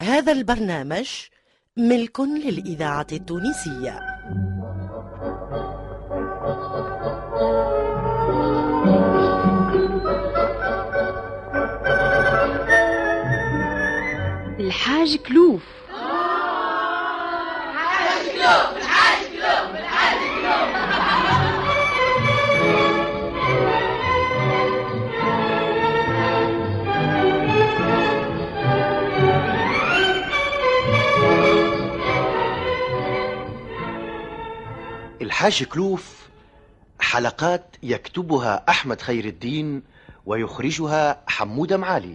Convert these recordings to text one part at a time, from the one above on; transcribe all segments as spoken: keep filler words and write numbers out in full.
هذا البرنامج ملك للإذاعة التونسية. الحاج كلوف. الحاج كلوف الحاج كلوف الحاج كلوف. الحاج كلوف، حلقات يكتبها أحمد خير الدين ويخرجها حمودة معالي.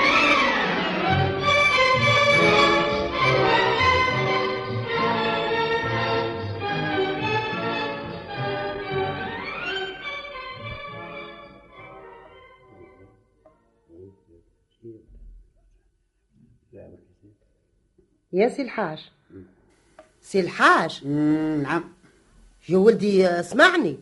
يا سي الحاج. سي الحاج. نعم يا ولدي اسمعني،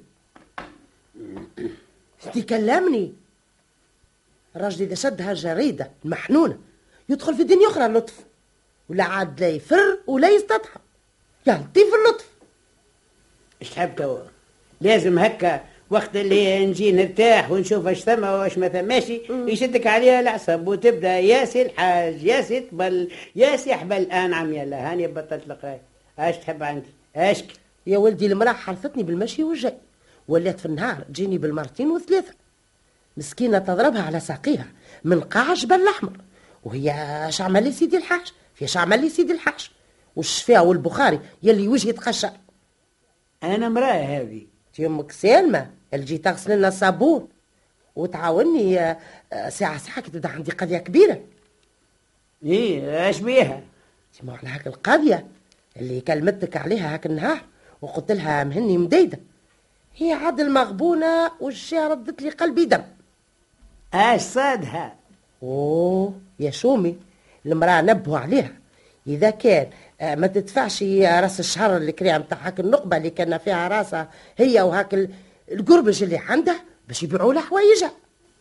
تكلمني. الراجل إذا شد هالجريدة المحنونة يدخل في دين أخرى اللطف، ولا عاد لا يفر ولا يستطحى. يا لطيف اللطف. اش تحب توا؟ لازم هكا وقت اللي نجي نرتاح ونشوف اش ثم واش ما ثماشي يشدك عليها العصب وتبدا يا سي الحاج يا سي طبل يا سي حبل. انعم يلا هاني بطلت القرايه. اش تحب عندي؟ اشك يا ولدي المراه حرفتني بالمشي والجاي، ولات في النهار تجيني بالمرتين وثلاثه. مسكينه تضربها على ساقيها من قاع جبل الاحمر، وهي اش عمل لي سيدي الحاج؟ فيش عمل لي سيدي الحاج؟ والشفاء والبخاري يلي وجهي تقشر. انا مراه هذه يمك سالمه اللي جيت تغسل لنا الصابون وتعاوني ساعه ساعه كي تبدا عندي قضيه كبيره. ايه اش بيها؟ تسمع على هاك القضيه اللي كلمتك عليها هاك النهار وقلت لها مهني مديده، هي عاد المغبونه والشيا ردت لي قلبي دم. اش صادها؟ اوه يا شومي، المراه نبهوا عليها اذا كان ما تدفعش راس الشهر الكريعه نتاع هاك النقبه اللي كان فيها راسها هي وهاك القربج اللي عندها باش يبيعوا لها حوايجها.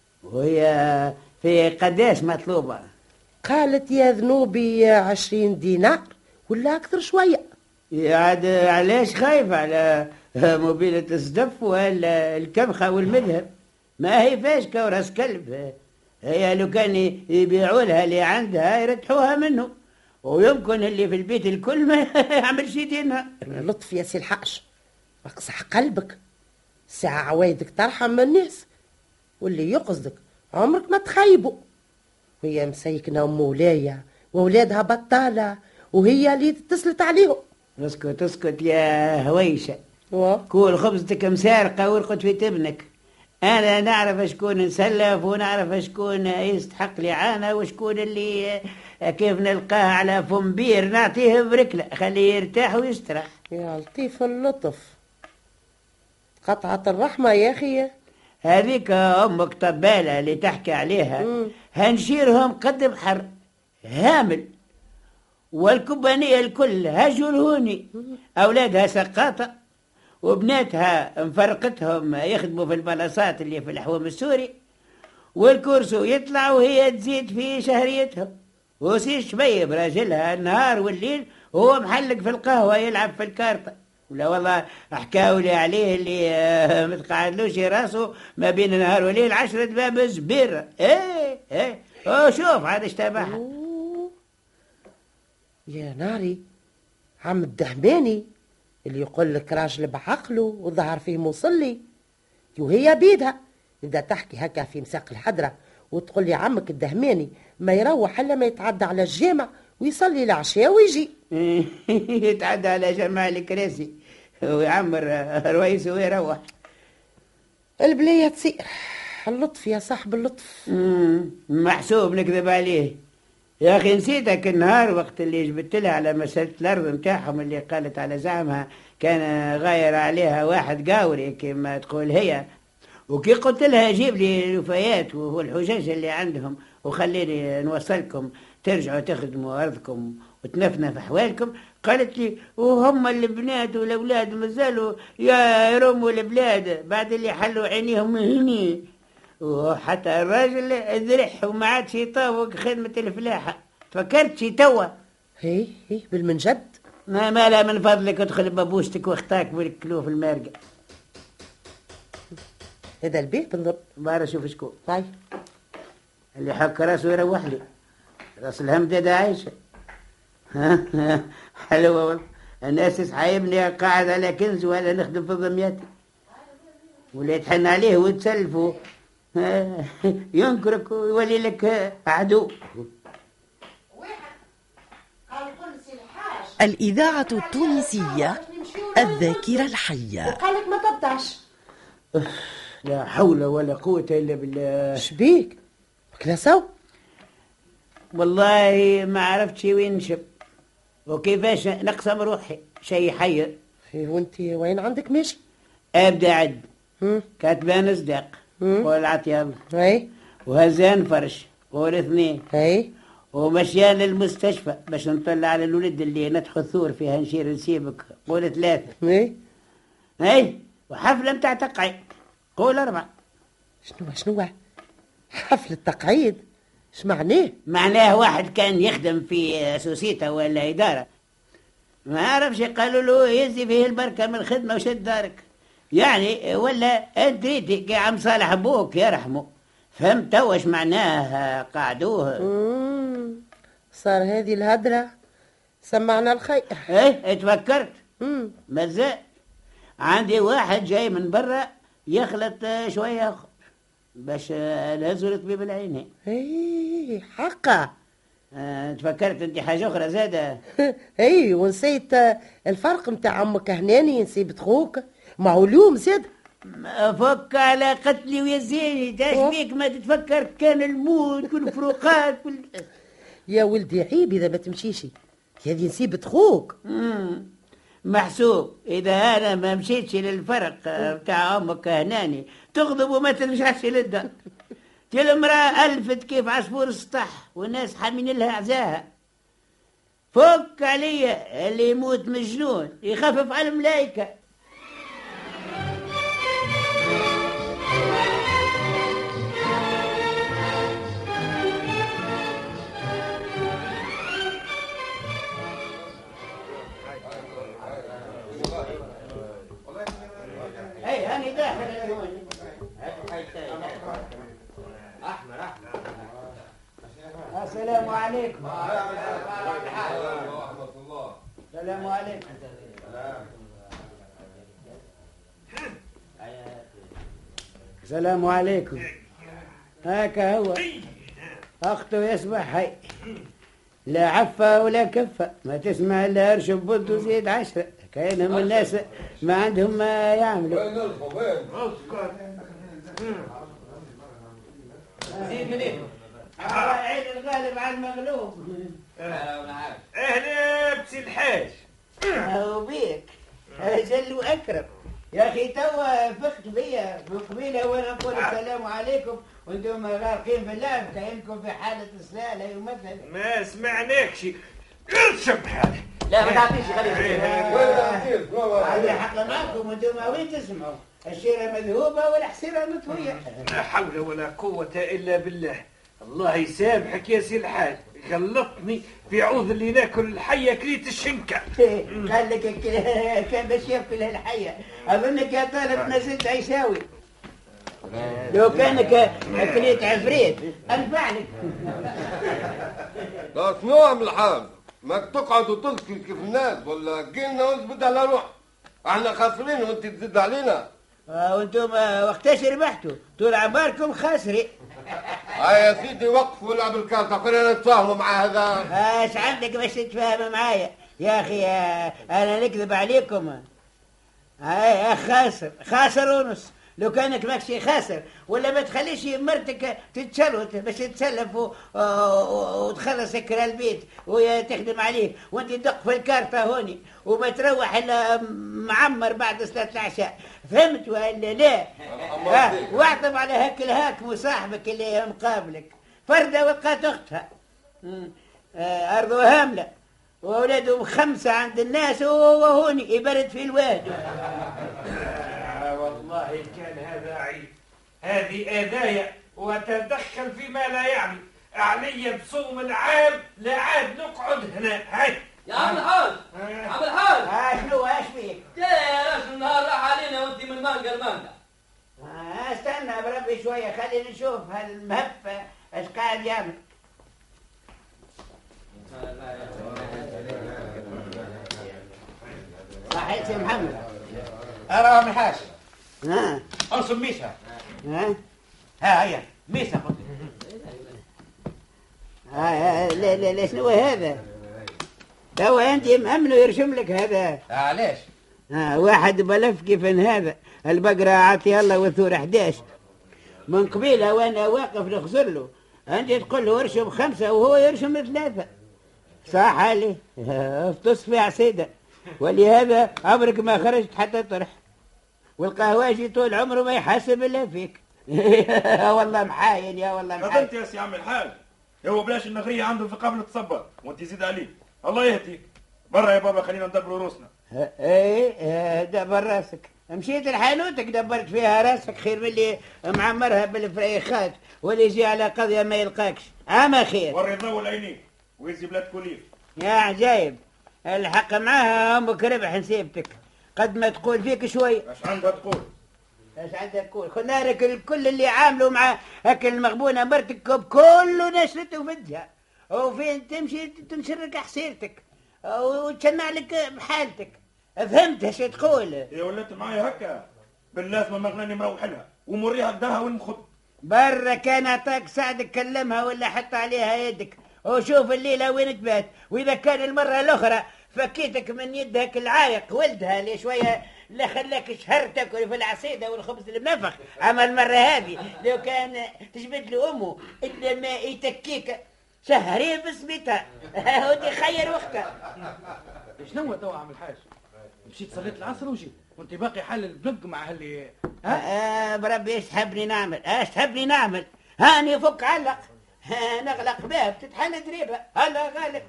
وهي في قداش مطلوبه؟ قالت يا ذنوبي عشرين دينار ولا اكثر شويه. عاد علاش خايف على موبيلة الصدف ولا الكبخه والمذهب؟ ما هي فاش كورس كلب. هي لو كان يبيعوا لها اللي عندها يرتحوها منه، ويمكن اللي في البيت الكل ما يعمل شي دينها. لطف يا سي الحاج، اقصح قلبك. ساعة عوايدك ترحم من الناس، واللي يقصدك عمرك ما تخيبه. وهي مسيكنة ام ولاية واولادها بطالة وهي اللي تسلط عليهم. اسكت اسكت يا هويشة، و؟ كل خبزتك مسارقة وارقد في تبنك. انا نعرف شكون نسلف ونعرف شكون يستحق لي عانة وشكون اللي كيف نلقاه على فمبير نعطيه بركلة خليه يرتاح ويسترح. يا لطيف اللطف، قطعة الرحمة يا أخي. هذيك أمك طبالة اللي تحكي عليها مم. هنشيرهم قد بحر هامل، والكبانية الكل هجرهوني. أولادها سقاطة وبناتها مفرقتهم يخدموا في البلاصات اللي في الحوم السوري، والكورسو يطلع وهي تزيد في شهريتهم. وسي شبيب راجلها النهار والليل هو محلق في القهوة يلعب في الكارطة. ولا والله حكاولي عليه اللي متقعدلوش راسه ما بين النهار والليل عشرة باب زبير. ايه ايه او شوف عاد اشتبهها. يا ناري، عم الدهماني اللي يقول لك راجل بعقله وظهر فيه مصلي، وهي بيدها إذا تحكي هكا في مساق الحضرة وتقول لي عمك الدهماني ما يروح إلا ما يتعدى على الجامع ويصلي العشاء ويجي. يتعدى على جماعة الكراسي ويعمر رويسه ويروح. البلية تصير اللطف يا صاحب اللطف. محسوب نكذب عليه يا أخي. نسيتك النهار وقت اللي جبت لها على مسألة الأرض متاعهم اللي قالت على زعمها كان غاير عليها واحد قاوري كما تقول هي، وكي قلت لها جيب لي الوفيات والحجاج اللي عندهم وخليني نوصلكم ترجعوا تخدموا أرضكم وتنفنا في أحوالكم، قالت لي وهم البنات والأولاد مازالوا يا يرموا البلاد بعد اللي حلوا عينيهم هني. وحتى الراجل ذرح وما عادش يطاوق خدمة الفلاحة. تفكرت شي توا؟ هي هي بالمنجد. ما مالا من فضلك ادخل بابوستك واختاك بالكلوف المارقة. هذا البيه بالضبط. بارا شوف شكون. هاي اللي حك راسه يروح لي. راس الهمدة عايشة. حلوة والله. الناس حايبني قاعد على كنز ولا نخدم في ضمياتي. ولا يتحن عليه وتسلفه. ينكرك ويولي لك عدو. الإذاعة التونسية الذاكرة الحية. قال لك ما تبطعش. لا حول ولا قوة إلا بالله. شبيك كلا سو؟ والله ما عرفتش وين نشب وكيفاش نقسم روحي شيء حي. وانت وين عندك ماشي؟ ابدا عد هم؟ كاتبان صداق قول عطيان اي وهزان فرش قول اثنين اي ومشيان للمستشفى باش نطلع على الولد اللي نتحو الثور فيها نشير نسيبك قول ثلاثة اي اي وحفلة متاع تقعيد قول أربعة. شنو شنو حفلة تقعيد؟ اش معناه؟ معناه واحد كان يخدم في سوسيتا ولا إدارة ما عرفش قالوا له يزي فيه البركة من الخدمة وشد دارك يعني ولا انت ريتي عم صالح ابوك يرحمه فهمت واش معناه قعدوه. مم. صار هذه الهدرة سمعنا الخير. ايه اتفكرت مم. مازال عندي واحد جاي من برا يخلط شوية باش نهزوا الطبيب العيني. ايه حقا. اه تفكرت انت حاجة اخرى زادة. اي ونسيت الفرق متاع امك هناني نسيبت خوك معلوم زاد. فك على قتلي ويزيني داش بيك ما تتفكر كان الموت والفروقات وال... يا ولدي عيب اذا ما تمشيش هذه نسيبت خوك. مم. محسوب اذا انا ما مشيتش للفرق بتاع امك هناني تغضب وما ترجعش للدار. تل المرأة ألفت كيف عصفور السطح والناس حامين لها عزاها. فك عليا اللي يموت مجنون يخفف على الملايكة. اي هاني داخل السلام عليكم. السلام عليكم. السلام عليكم. هاكا هو أخته يسبح هاي لا عفة ولا كفة ما تسمع إلا أرشب بلد وزيد عشرة كأنهم الناس ما عندهم ما يعملوا. عين الغالب على المغلوب. اهلا بسي الحاج. اهو بيك جل واكرم يا اخي توا فقت بيا من قبيله وانا نقول السلام عليكم وانتم غارقين في اللعب كانكم في حاله اصلاح لا يمثل. ما سمعناكش ارشم حالك. لا ما تعطيش خليك عندي حق معكم وانتم وين تسمعوا الشيره مذهوبه والحسيره مطويه. لا حول ولا قوه الا بالله. الله يسامحك يا سي الحاج غلطني في عوض اللي ناكل الحيه كليت الشنكه. قال لك كان باش ياكل الحيه اظنك يا طالب نزلت عيساوي لو كانك كليت عفريت انفع لك. لا شنو من الحال ما تقعد وتلقي كيف الناس ولا قلنا ونثبت على روح احنا خاسرين وانت تزيد علينا. وانتم وقتاش ربحتوا طول عمركم خاسرين. هاي يا سيدي وقفوا لعب الكارت خلينا نتفاهموا مع هذا. ايش عندك باش تتفاهم معايا يا اخي انا نكذب عليكم. هاي خاسر خاسر ونص لو كانك ماكشي خاسر ولا ما تخليش مرتك تتشلوت باش تتسلف وتخلص سكر البيت وهي تخدم عليك وانت تدق في الكارتة هوني وما تروح الا معمر بعد صلاة العشاء. فهمت ولا لا؟ واعطب على هاك الهاك وصاحبك اللي مقابلك فردة وقات اختها ارضه هاملة واولادهم خمسة عند الناس وهو هوني يبرد في الواد. والله كان هذا عيب. هذه آذايا وتدخل فيما لا يعني. عليا بصوم العام لا عاد نقعد هنا. هاي يا عم الحاج عم الحاج اه شنو ايش فيك؟ يا راجل النهار راح علينا وانت من مانجا المانجا. آه استنى بربي شويه خلينا نشوف هالمهفه ايش قاعد يعمل. صحيت يا محمد. أرى من الحاج. ها أنصب ميسة. ها ها هي ميسة قلت. آه لا لا لا شنو هذا؟ توا أنت مأمن ويرشم لك هذا. علاش؟ آه واحد بلف كيف هذا البقرة عطي الله والثور أحداش من قبيلة وأنا واقف نخزر له أنت تقول له ارشم خمسة وهو يرشم ثلاثة. صح عليه افتص في عصيدة ولهذا عمرك ما خرجت حتى طرح والقهواجي طول عمره ما يحاسب إلا فيك. والله محاين يا والله محاين. خدمت يا سي عم الحاج هو بلاش النغرية عنده في قبل تصبر وانت زيد عليه. الله يهديك برا يا بابا خلينا ندبروا روسنا. ايه دبر راسك مشيت لحانوتك دبرت فيها راسك خير من اللي معمرها بالفريخات واللي يجي على قضية ما يلقاكش. عام خير وري ضوء العينين ويزي بلاد كوليف. يا عجايب الحق معاها امك ربح نسيبتك قد ما تقول فيك شوي. اش عندها تقول؟ اش عندها تقول؟ خنارك الكل اللي عاملوا مع هاك المغبونة مرتك كله نشرته فدها وفين تمشي تنشرك حسيرتك وتشنع لك بحالتك. فهمت اش تقول؟ يا ولات معايا هكا باللازمه مغناني مروح لها ومريها قداها والمخد برا كان عطاك ساعدك كلمها ولا حط عليها يدك وشوف الليله وين تبات. واذا كان المره الاخرى فكيتك من يدك العايق ولدها اللي شويه لا خلاك شهر تاكل في العصيده والخبز المنفخ. اما المره هذه لو كان تجبد له امه الا ما يتكيك شهرين بسبيتها ودي خير وقتها. شنو توا عم الحاج؟ مشيت صليت العصر وجيت وانت باقي حل البلق مع هاللي ها؟ آه بربي ايش تحبني نعمل؟ ايش تحبني نعمل؟ هاني فك علق نغلق باب تتحل دريبه هلا غالب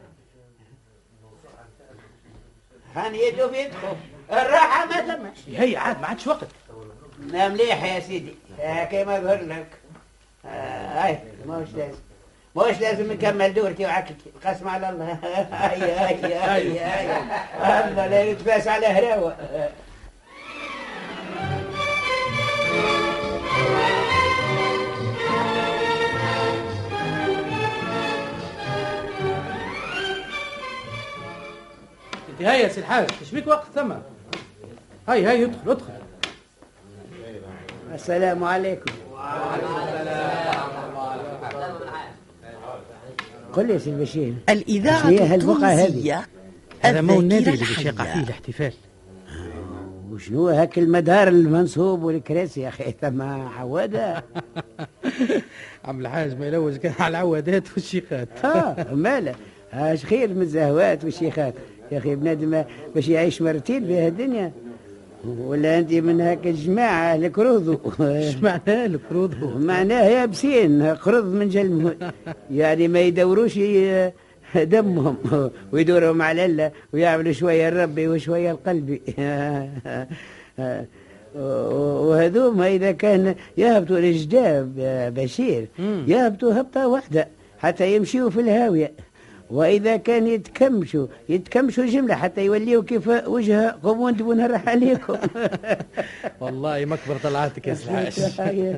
هاني يدو في يدخل الراحه ما تمش. هي عاد ما عادش وقت. مليح يا سيدي آه كيما ظهر لك. آه هاي ماهوش لازم ماهوش لازم نكمل دورتي وعكتي قسم على الله. هيا هيا هيا هيا الله لا يتفاس على هراوه. انت هيا يا سي الحاج ايش بيك وقت ثم؟ هاي هاي ادخل ادخل. السلام عليكم. وعليكم السلام. قل لي يا سي البشير الإذاعة التونسية هذا مو النادي اللي باش يقع فيه الاحتفال. وشنو هاك المدار المنصوب والكراسي يا اخي ثم عوادة. عم الحاج ما يلوج كان على العوادات والشيخات. اه ماله اش خير من الزهوات والشيخات يا اخي بنادم باش يعيش مرتين في هالدنيا. ولا انت من هاك الجماعه الكروضو؟ اش معناه الكروضو؟ معناه يابسين قرض من جلمهم يعني ما يدوروش دمهم ويدورهم على الله ويعملوا شويه الربي وشويه القلبي. وهذوما اذا كان يهبطوا الجداب يا بشير يهبطوا هبطه واحده حتى يمشيوا في الهاويه. واذا كان يتكمشوا يتكمشوا جمله حتى يوليوا كيف وجه قومون تبون نرح عليكم. والله مكبر طلعتك يا سلحاش.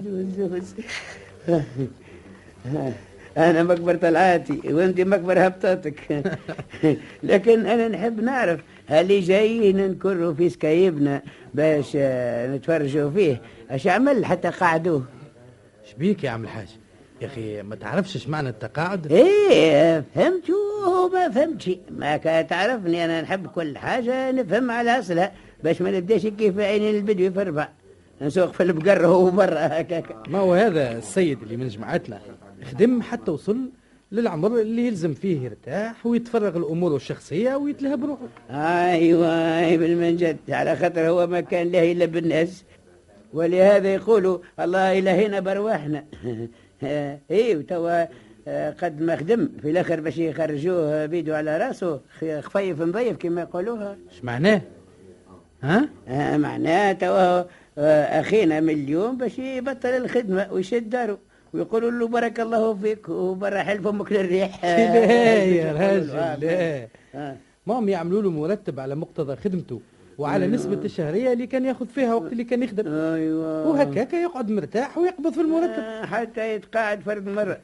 انا مكبر طلعاتي وانت مكبر هبطاتك. لكن انا نحب نعرف هل جايين نكروا في سكايبنا باش نتفرجوا فيه اش عمل حتى قعدوه. شبيك يا عم الحاج يا اخي ما تعرفش ايش معنى التقاعد؟ ايه فهمت وما فهمتش ما تعرفني انا نحب كل حاجه نفهم على اصلها باش ما نبداش كيف عيني البدوي في الربع نسوق في البقر هو برا هكاك. ما هو هذا السيد اللي من جماعتنا خدم حتى وصل للعمر اللي يلزم فيه يرتاح ويتفرغ الامور الشخصيه ويتلهى بروحه. ايوه بالمنجد على خاطر هو ما كان له الا بالناس ولهذا يقولوا الله الهنا برواحنا. ايه وتوا قد ما خدم في الاخر باش يخرجوه بيدو على راسه خفيف مضيف كما يقولوها. ايش معناه؟ ها؟ آه معناه توا اخينا من اليوم باش يبطل الخدمه ويشد دارو ويقولوا له بارك الله فيك وبرا حلف امك للريح. يا راجل لا مام يعملوا له مرتب على مقتضى خدمته وعلى أيوة. نسبة الشهرية اللي كان ياخذ فيها وقت اللي كان يخدم. ايوه وهكاك يقعد مرتاح ويقبض في المرتب آه حتى يتقاعد فرد مرة.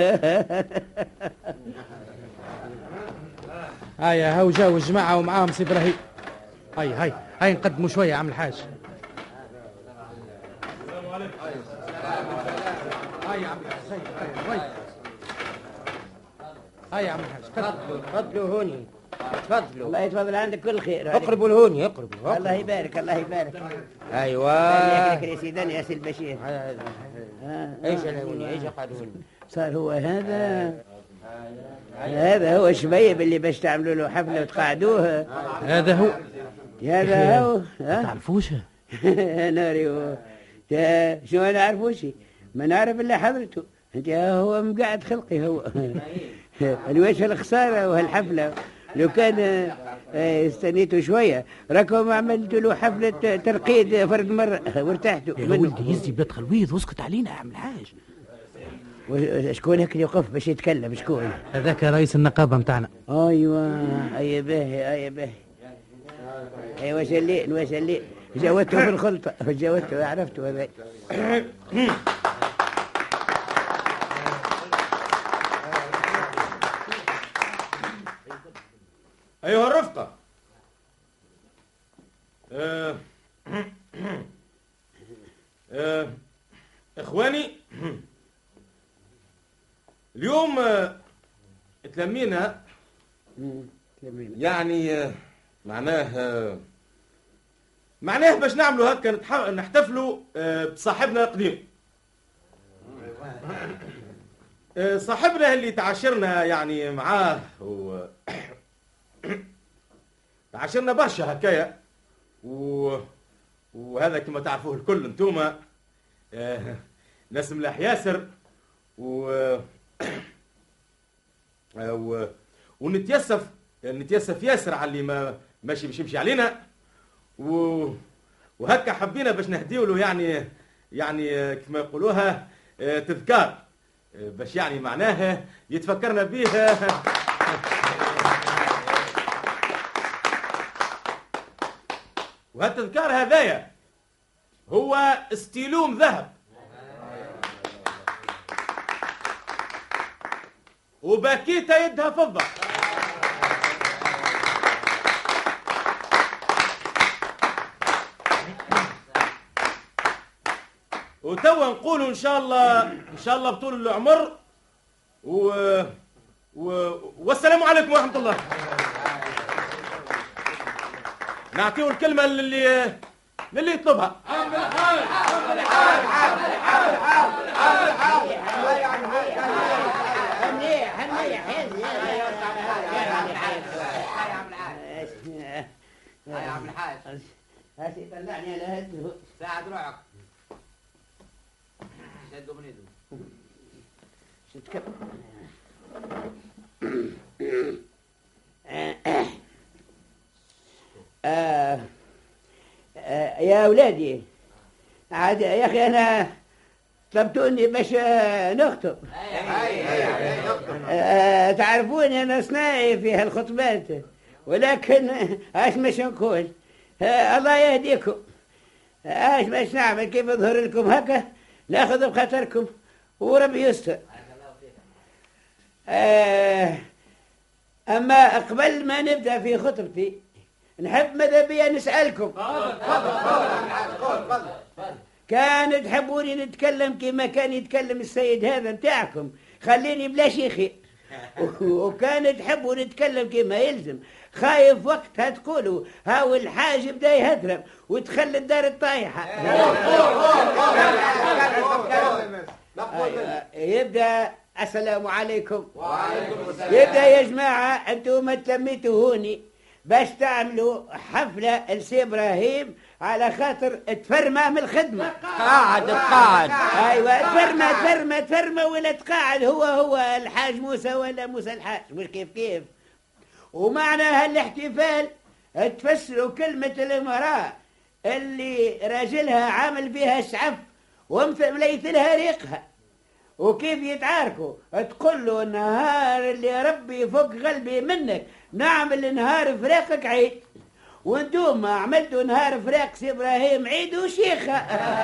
هيا هاو جاو الجماعة ومعاهم سي ابراهيم. هاي هاي هاي نقدموا شوية عم الحاج. السلام عليكم. هاي يا عم الحاج هاي هاي يا عم الحاج تفضلوا تفضلوا هوني تفضلوا. الله يتفضل عندك كل خير. اقربوا لهوني اقربوا. الله يبارك الله يبارك. ايوه ياكلك يا سيدنا يا سي البشير. ايش هوني ايش قعد هوني. صار هو هذا هذا هو الشبيب اللي باش تعملوا له حفله وتقعدوها. هذا هو هذا هو. ما تعرفوش؟ ناري شو ما نعرفوش ما نعرف الا حضرته. انت هو مقعد خلقي هو. الوجه الخساره وهالحفله لو كان استنيتوا شويه راكم عملتوا له حفله ترقيد فرد مره وارتحتوا. يا ولدي يزي بلاد خلويض واسكت علينا يا عم الحاج. شكون هيك اللي يوقف باش يتكلم شكون؟ هذاك رئيس النقابه نتاعنا. ايوه اي باهي اي باهي. ايوا شلين وشلين جاوبته في الخلطه جاوبته عرفته هذا. أيها الرفقة أه أه إخواني اليوم أه تلمينا يعني أه معناه أه معناه باش نعملوا هكا نحتفلوا أه بصاحبنا القديم. أه صاحبنا اللي تعاشرنا يعني معاه و عاشرنا برشا هكايا و... وهذا كما تعرفوه الكل انتوما آه... ناس ملاح ياسر و... آه... و... ونتيسف نتيسف ياسر على اللي ما ماشي باش يمشي علينا و... وهكا حبينا باش نهديو له يعني يعني كما يقولوها آه... تذكار آه... باش يعني معناه يتفكرنا بيه. وهالتذكار هذايا هو استيلوم ذهب وباكيتا يدها فضة وتوا نقولوا ان شاء الله ان شاء الله بطول العمر و... و... والسلام عليكم ورحمة الله. نعطيه الكلمة للي للي يطلبها. عم الحاج عم الحاج عم الحاج عم الحاج هنيح هنيح يا عم الحاج هاتي طلعني على هده ساعد روحك شدوا من يده شد كب. آه آه يا أولادي عاد يا أخي أنا طلبتوني باش نخطب. آه تعرفوني أنا صناعي في هالخطبات ولكن اش مش نقول آه الله يهديكم اش مش نعمل كيف اظهر لكم هكا ناخذ بخاطركم وربي يستر. آه أما قبل ما نبدأ في خطبتي نحب ماذا بيا نسألكم كان تحبوني نتكلم كما كان يتكلم السيد هذا متاعكم خليني بلا شيخي وكان تحبوا نتكلم كما يلزم خايف وقتها تقولوا هاو الحاج بدا يهدرم وتخلي الدار الطايحة. يبدأ السلام عليكم. وعليكم السلام. يبدأ يا جماعة انتم تلميتوا هوني باش تعملوا حفلة لسي ابراهيم على خاطر تفرمى من الخدمة. قاعد تقاعد. ايوه تفرمى تفرمى تفرمى ولا تقاعد هو هو الحاج موسى ولا موسى الحاج مش كيف كيف. ومعنى هالاحتفال تفسروا كلمة المرأة اللي راجلها عامل فيها الشعف ومليث لها ريقها وكيف يتعاركوا؟ تقول له النهار اللي ربي فوق قلبي منك نعمل نهار فراقك عيد، وانتم عملتوا نهار فراق سي ابراهيم عيد وشيخه.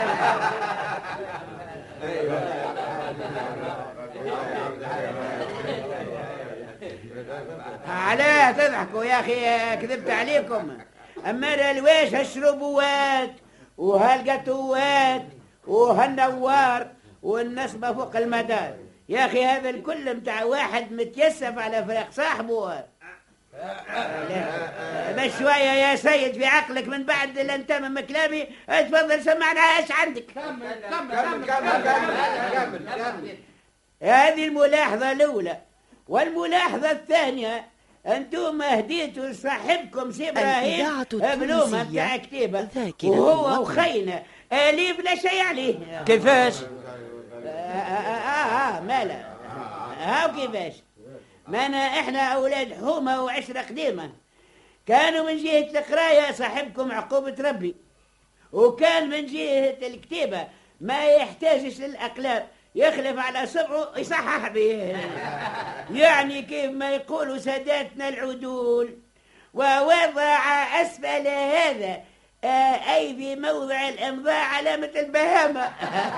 علاه تضحكوا يا اخي؟ كذبت عليكم. اما الواش هالشربوات وهالقطوات وهالنوار والنصبة فوق المدار، يا اخي هذا الكل متاع واحد متيسف على فراق صاحبه. بس شوية يا سيد في عقلك من بعد لن تمم كلامي. اتفضل سمعنا ايش عندك. كمل كمل كمل كمل كمل. هذه الملاحظة الأولى. والملاحظة الثانية، أنتم هديتوا صاحبكم سي إبراهيم بلومة بتاع كتيبة وهو وخينا أليف لا شيء عليه. كيفاش؟ آه آه آه, آه مالا هاو كيفاش؟ ما أنا إحنا أولاد حومة وعشرة قديمة، كانوا من جهة القراية صاحبكم عقوبة ربي، وكان من جهة الكتيبة ما يحتاجش للأقلام، يخلف على صبعه يصحح به. يعني كيف ما يقولوا ساداتنا العدول، ووضع أسفل هذا آه أي في موضع الإمضاء علامة البهامة.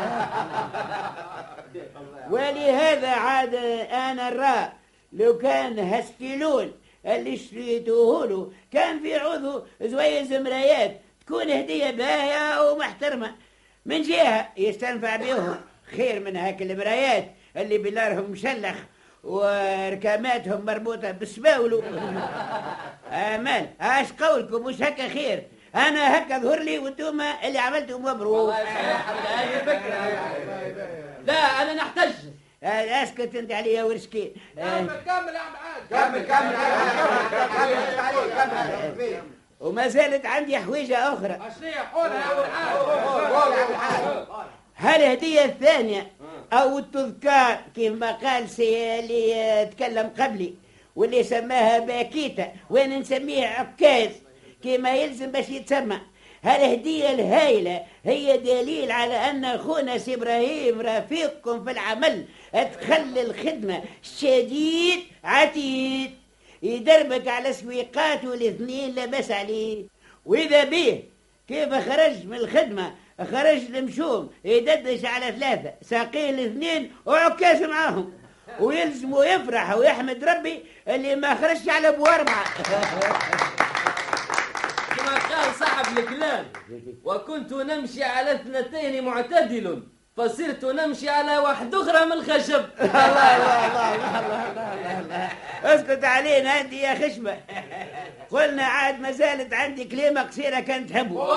ولهذا عاد أنا الراء لو كان هالستيلون اللي شريتوه له كان في عضو زويز مرايات تكون هدية باهية ومحترمة، من جهة يستنفع بهم خير من هاك المرايات اللي بلارهم مشلخ وركاماتهم مربوطة بالسباولو. آمال اش قولكم؟ مش هكا خير؟ انا هكا ظهر لي وانتم اللي عملتم مبروك. لا انا نحتج. اسكت انت عليا ورسكين. كمل كمل يا عم عاد. كمل كمل كمل. وما زالت عندي حويجة أخرى. هالهدية الثانية أو التذكار كيف ما قال سي اللي تكلم قبلي واللي سماها باكيتا وين نسميه عكاز كما يلزم باش يتسمى. هالهدية الهائلة هي دليل على أن أخونا سي إبراهيم رفيقكم في العمل تخلي الخدمة شديد عتيد، يدربك على سويقاته الاثنين لا بس عليه، وإذا به كيف خرج من الخدمة خرج المشوم يددش على ثلاثة ساقيه الاثنين وعكاز معاهم، ويلزمه يفرح ويحمد ربي اللي ما خرجش على ابو أربعة. كما قال صاحب الكلام، وكنت نمشي على اثنتين معتدل فصرت نمشي على واحد أخرى من الخشب. الله الله الله الله الله الله. اسكت علينا أنت يا خشمة. قلنا عاد ما زالت عندي كلمة قصيرة كانت تحبوا.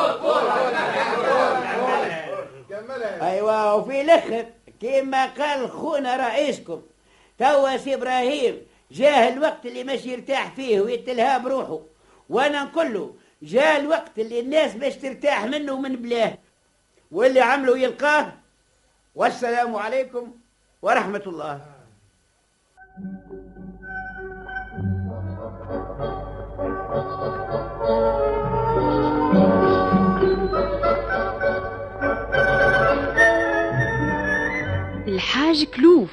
أيوة، وفي الأخر كما قال خونا رئيسكم توا سي إبراهيم جاه الوقت اللي مش يرتاح فيه ويتلهى بروحه، وأنا نقول له جاء الوقت اللي الناس باش ترتاح منه ومن بلاه، واللي عمله يلقاه. والسلام عليكم ورحمة الله. الحاج كلوف.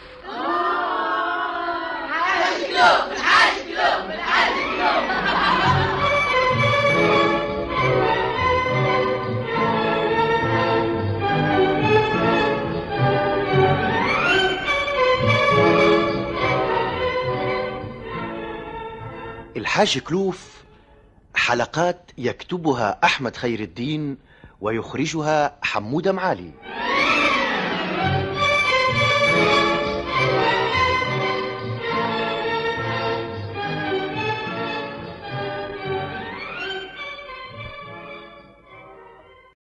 الحاج كلوف الحاج كلوف الحاج كلوف. الحاج كلوف حلقات يكتبها أحمد خير الدين ويخرجها حمودة معالي.